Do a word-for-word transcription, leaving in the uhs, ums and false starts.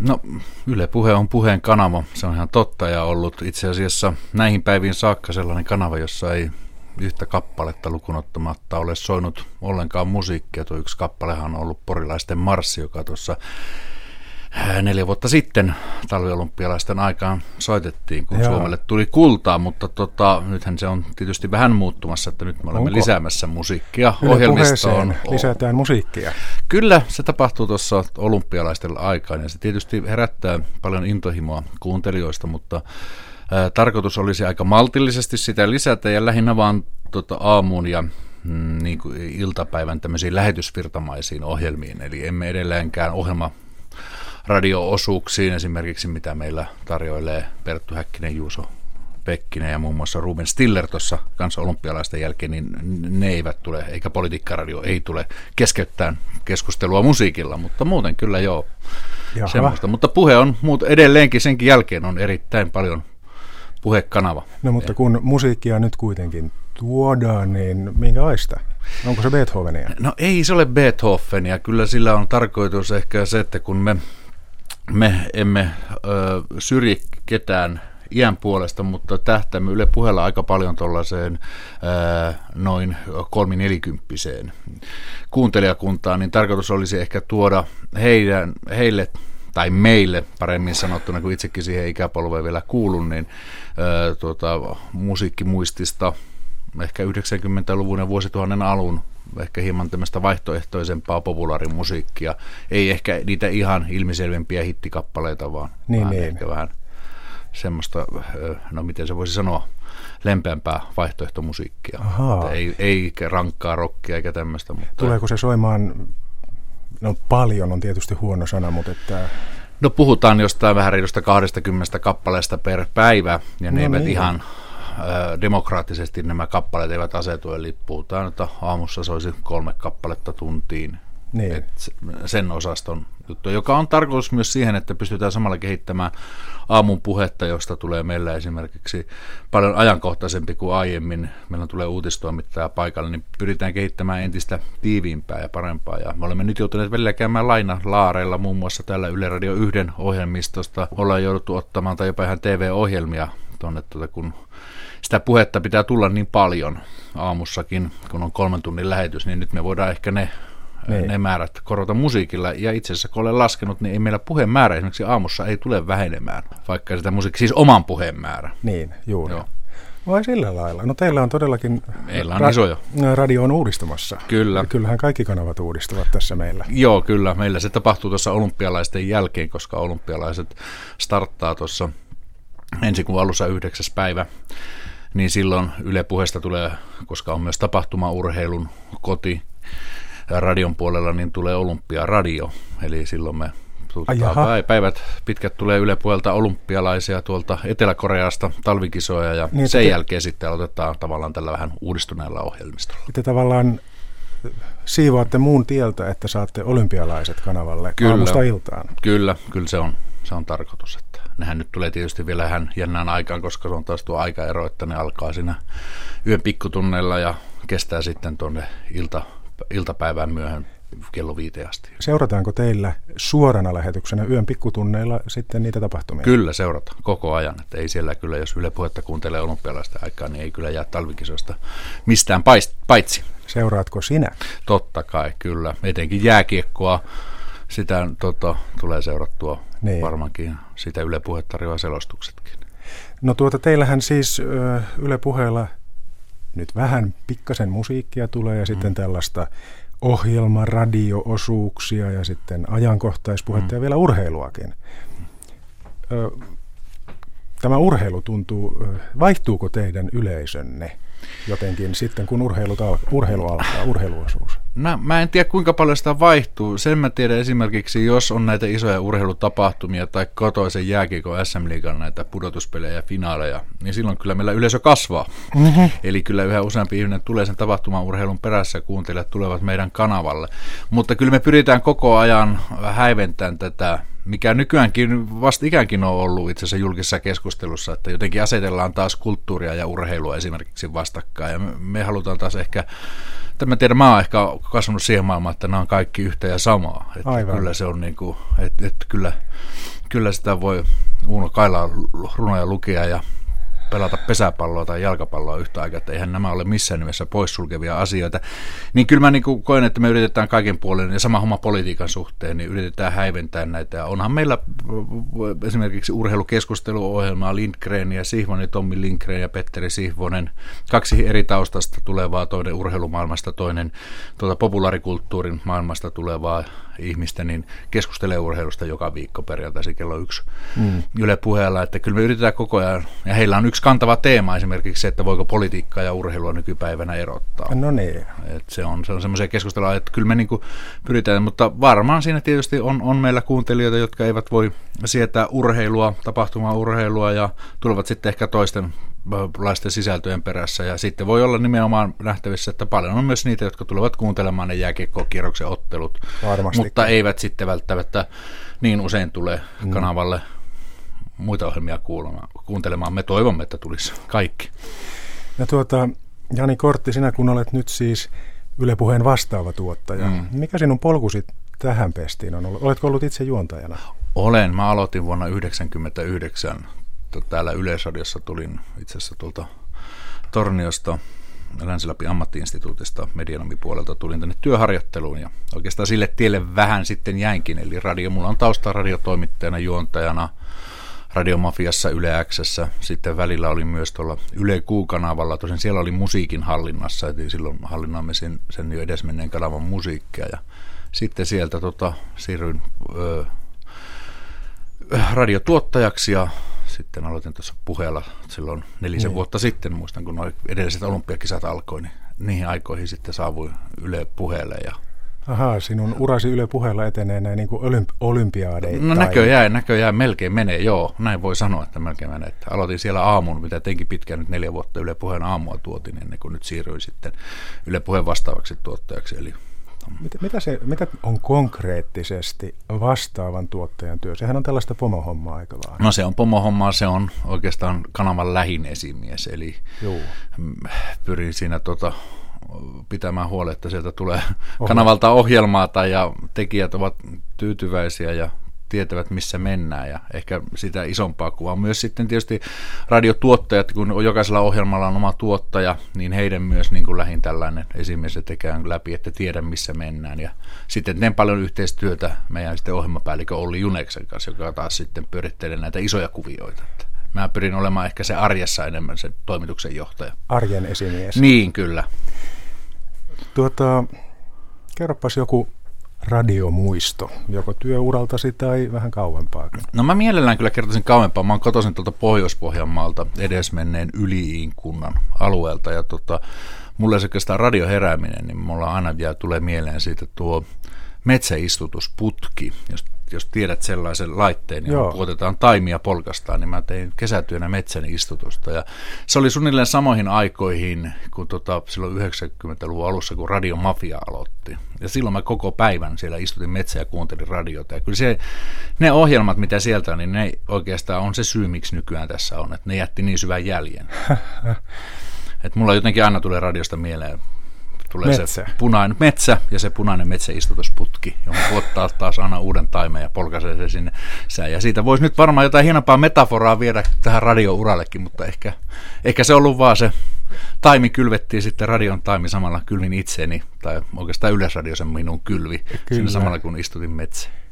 No, Yle Puhe on puheen kanava, se on ihan totta ja ollut itse asiassa näihin päiviin saakka sellainen kanava, jossa ei yhtä kappaletta lukunottamatta ole soinut ollenkaan musiikkia. Tuo yksi kappalehan on ollut Porilaisten marssi, joka tuossa neljä vuotta sitten talviolympialaisten aikaan soitettiin, kun Joo. Suomelle tuli kultaa, mutta tota, nythän se on tietysti vähän muuttumassa, että nyt me olemme Onko? lisäämässä musiikkia Yle ohjelmistoon. Lisätään musiikkia. Kyllä, se tapahtuu tuossa olympialaisten aikaan ja se tietysti herättää paljon intohimoa kuuntelijoista, mutta ää, tarkoitus olisi aika maltillisesti sitä lisätä ja lähinnä vaan tota, aamuun ja mm, niin kuin iltapäivän tämmöisiin lähetysvirtamaisiin ohjelmiin, eli emme edelleenkään ohjelma radio-osuuksiin esimerkiksi, mitä meillä tarjoilee Perttu Häkkinen, Juuso Pekkinen ja muun muassa Ruben Stiller tuossa kanssa olympialaisten jälkeen, niin ne eivät tule, eikä Politiikkaradio ei tule keskeyttää keskustelua musiikilla, mutta muuten kyllä joo, Jaha. semmoista. Mutta puhe on muut, edelleenkin senkin jälkeen on erittäin paljon puhekanava. No mutta kun musiikkia nyt kuitenkin tuodaan, niin minkälaista? Onko se Beethovenia? No ei se ole Beethovenia, kyllä sillä on tarkoitus ehkä se, että kun me Me emme ö, syrji ketään iän puolesta, mutta tähtäämme Yle Puheella aika paljon tuollaiseen ö, noin kolminelikymppiseen kuuntelijakuntaan, niin tarkoitus olisi ehkä tuoda heidän, heille tai meille paremmin sanottuna, kun itsekin siihen ikäpolveen vielä kuulun, niin ö, tuota, musiikkimuistista ehkä yhdeksänkymmentäluvun ja vuosituhannen alun ehkä hieman tämmöistä vaihtoehtoisempaa populaarimusiikkia. Ei ehkä niitä ihan ilmiselvempiä hittikappaleita, vaan, niin, vaan niin. ehkä vähän semmoista, no miten se voisi sanoa, lempeämpää vaihtoehtomusiikkia. Ei, ei rankkaa rockia eikä tämmöistä. Mutta tuleeko se soimaan, no paljon on tietysti huono sana, mutta että no puhutaan jostain vähän reilusta kaksikymmentä kappaleesta per päivä, ja ne no eivät niin. ihan demokraattisesti nämä kappaleet eivät asetu, eli puhutaan, että aamussa soisi kolme kappaletta tuntiin. Niin. Sen osaston juttu, joka on tarkoitus myös siihen, että pystytään samalla kehittämään aamun puhetta, josta tulee meillä esimerkiksi paljon ajankohtaisempi kuin aiemmin. Meillä tulee uutistoimittaja paikalle, niin pyritään kehittämään entistä tiiviimpää ja parempaa. Ja me olemme nyt joutuneet välillä käymään lainalaareilla, muun muassa täällä Yle Radio yhden ohjelmistosta. Ollaan jouduttu ottamaan tai jopa ihan T V-ohjelmia tuonne, tuota, kun sitä puhetta pitää tulla niin paljon aamussakin, kun on kolmen tunnin lähetys, niin nyt me voidaan ehkä ne, niin. ne määrät korvata musiikilla. Ja itse asiassa, kun olen laskenut, niin ei meillä puheen määrä esimerkiksi aamussa ei tule vähenemään, vaikka sitä musiikkia, siis oman puheen määrä. Niin, juuri. Joo. Vai sillä lailla? No teillä on todellakin meillä on ra- isoja. Radio on uudistumassa. Kyllä. Ja kyllähän kaikki kanavat uudistuvat tässä meillä. Joo, kyllä. Meillä se tapahtuu tuossa olympialaisten jälkeen, koska olympialaiset starttaa tuossa ensi kuun alussa yhdeksäs päivä. Niin silloin Yle Puheesta tulee, koska on myös tapahtumaurheilun koti radion puolella, niin tulee Olympiaradio. Eli silloin me Ai, päivät pitkät tulee Yle Puhelta olympialaisia tuolta Etelä-Koreasta, talvikisoja, ja niin, sen te, jälkeen sitten aloitetaan tavallaan tällä vähän uudistuneella ohjelmistolla. Te tavallaan siivoatte muun tieltä, että saatte olympialaiset kanavalle kyllä, aamusta iltaan. Kyllä, kyllä se on, se on tarkoitus. Että nehän nyt tulee tietysti vielä ihan jännään aikaan, koska se on taas tuo aikaero, että ne alkaa siinä yön pikkutunneilla ja kestää sitten tuonne ilta, iltapäivään myöhään kello viiteen asti. Seurataanko teillä suorana lähetyksenä yön pikkutunneilla sitten niitä tapahtumia? Kyllä seurataan koko ajan. Että ei siellä kyllä, jos Yle Puhetta kuuntelee olympialaisten aikaa, niin ei kyllä jää talvikisoista mistään paitsi. Seuraatko sinä? Totta kai, kyllä. Etenkin jääkiekkoa. Sitä tota, tulee seurattua niin. Varmaankin sitä Yle Puhe tarjoaa selostuksetkin. No tuota teillähän siis ö, Yle Puheella nyt vähän pikkasen musiikkia tulee ja mm. sitten tällaista ohjelma, radio-osuuksia ja sitten ajankohtaispuhetta mm. ja vielä urheiluakin. Ö, tämä urheilu tuntuu, vaihtuuko teidän yleisönne jotenkin sitten, kun urheilu, urheilu alkaa, urheiluosuus? No, mä en tiedä, kuinka paljon sitä vaihtuu. Sen mä tiedän esimerkiksi, jos on näitä isoja urheilutapahtumia tai kotoisen jääkiekon S M-liigan näitä pudotuspelejä ja finaaleja, niin silloin kyllä meillä yleisö kasvaa. Mm-hmm. Eli kyllä yhä useampi ihminen tulee sen tapahtuman urheilun perässä ja kuuntelijat tulevat meidän kanavalle. Mutta kyllä me pyritään koko ajan häiventämään tätä, mikä nykyäänkin vasta ikäänkin on ollut itse asiassa julkisessa keskustelussa, että jotenkin asetellaan taas kulttuuria ja urheilua esimerkiksi vastakkain. Ja me, me halutaan taas ehkä, mä tiedän, mä oon ehkä kasvanut siihen maailmaan, että nämä on kaikki yhtä ja samaa. Että kyllä se on niin kuin, että, että kyllä kyllä sitä voi Uuno Kailaan runoja lukea ja pelata pesäpalloa tai jalkapalloa yhtä aikaa, että eihän nämä ole missään nimessä poissulkevia asioita. Niin kyllä mä niin kuin koen, että me yritetään kaiken puolen, ja sama homma politiikan suhteen, niin yritetään häiventää näitä. Ja onhan meillä esimerkiksi urheilukeskusteluohjelmaa Lindgren ja Sihvonen, Tommi Lindgren ja Petteri Sihvonen, kaksi eri taustasta tulevaa, toinen urheilumaailmasta, toinen tuolta populaarikulttuurin maailmasta tulevaa ihmistä, niin keskustelee urheilusta joka viikko perjantaisin kello yksi mm. Yle Puheella, että kyllä me yritetään koko ajan, ja heillä on yksi kantava teema esimerkiksi se, että voiko politiikkaa ja urheilua nykypäivänä erottaa. No niin. Et se on, se on semmoisia keskustelua, että kyllä me niinku pyritään, mutta varmaan siinä tietysti on, on meillä kuuntelijoita, jotka eivät voi sietää urheilua, tapahtumaa urheilua ja tulevat sitten ehkä toisten laisten sisältöjen perässä, ja sitten voi olla nimenomaan nähtävissä, että paljon on myös niitä, jotka tulevat kuuntelemaan ne jääkiekkokierroksen ottelut, varmasti, mutta eivät sitten välttämättä niin usein tule kanavalle muita ohjelmia kuuntelemaan. Me toivomme, että tulisi kaikki. Ja tuota, Jani Kortti, sinä kun olet nyt siis Yle Puheen vastaava tuottaja, mm. mikä sinun polkusi tähän pestiin on ollut? Oletko ollut itse juontajana? Olen. Mä aloitin vuonna yhdeksänkymmentäyhdeksän. Täällä Yleisradiossa tulin itse asiassa tuolta Torniosta, Länsi-Lapin ammattiinstituutista, medianomipuolelta tulin tänne työharjoitteluun ja oikeastaan sille tielle vähän sitten jäinkin. Eli radio, mulla on taustaa radiotoimittajana, juontajana, Radiomafiassa, Yle X:ssä, sitten välillä olin myös tuolla Yle Q-kanavalla, tosin siellä oli musiikin hallinnassa, eli silloin hallinnoimme sen, sen jo edesmenneen kanavan musiikkia ja sitten sieltä tota, siirryin ö, radiotuottajaksi ja sitten aloitin tuossa Puheella silloin nelisen niin. vuotta sitten, muistan kun nuo edelliset olympiakisat alkoi, niin niihin aikoihin sitten saavuin Yle Puheelle. Ja ahaa, sinun urasi Yle Puheella etenee näin niin kuin olymp- olympiaadeittain. No näköjään, näköjään melkein menee, joo, näin voi sanoa, että melkein menee. Että aloitin siellä aamun, mitä teinkin pitkään nyt neljä vuotta Yle Puheen aamua tuotin, ennen kuin nyt siirryin sitten Yle Puheen vastaavaksi tuottajaksi, eli Mitä, mitä, se, mitä on konkreettisesti vastaavan tuottajan työ? Sehän on tällaista pomohommaa, eikö vaan? No se on pomohommaa, se on oikeastaan kanavan lähin esimies, eli Juu. pyrin siinä tota, pitämään huolen, että sieltä tulee Oho. kanavalta ohjelmaa tai ja tekijät ovat tyytyväisiä ja tietävät, missä mennään, ja ehkä sitä isompaa kuvaa. Myös sitten tietysti radiotuottajat, kun jokaisella ohjelmalla on oma tuottaja, niin heidän myös niin kuin lähin tällainen esimies tekään läpi, että tiedän, missä mennään. Ja sitten teen paljon yhteistyötä meidän sitten ohjelmapäällikön Olli Juneksen kanssa, joka taas sitten pyörittelee näitä isoja kuvioita. Mä pyrin olemaan ehkä se arjessa enemmän se toimituksen johtaja. Arjen esimies. Niin, kyllä. Tuota, kerropas joku radiomuisto, joko työuraltasi tai vähän kauempaakin? No mä mielellään kyllä kertoisin kauempaa. Mä oon kotoisin tuolta Pohjois-Pohjanmaalta edesmenneen Yli-Iin kunnan alueelta, ja tota, mulle se oikeastaan radioherääminen, niin mulla aina vielä tulee mieleen siitä tuo metsäistutusputki. Jos, jos tiedät sellaisen laitteen, niin puotetaan taimia polkastaan, niin mä tein kesätyönä metsän istutusta. Ja se oli suunnilleen samoihin aikoihin kuin tota, silloin yhdeksänkymmentäluvun alussa, kun Radiomafia aloitti. Ja silloin mä koko päivän siellä istutin metsää ja kuuntelin radiota. Ja kyllä se, ne ohjelmat, mitä sieltä on, niin ne oikeastaan on se syy, miksi nykyään tässä on. Että ne jätti niin syvän jäljen. Että mulla jotenkin aina tulee radiosta mieleen. Tulee metsä. Se punainen metsä ja se punainen metsäistutusputki, johon puottaa taas aina uuden taimen ja polkaisee se sinne sään. Ja siitä voisi nyt varmaan jotain hienompaa metaforaa viedä tähän radiourallekin, mutta ehkä, ehkä se on ollut vaan se taimi kylvettiin sitten radion taimi samalla kylvin itseeni, tai oikeastaan Yleisradio se minun kylvi, siinä samalla kun istutin metsä.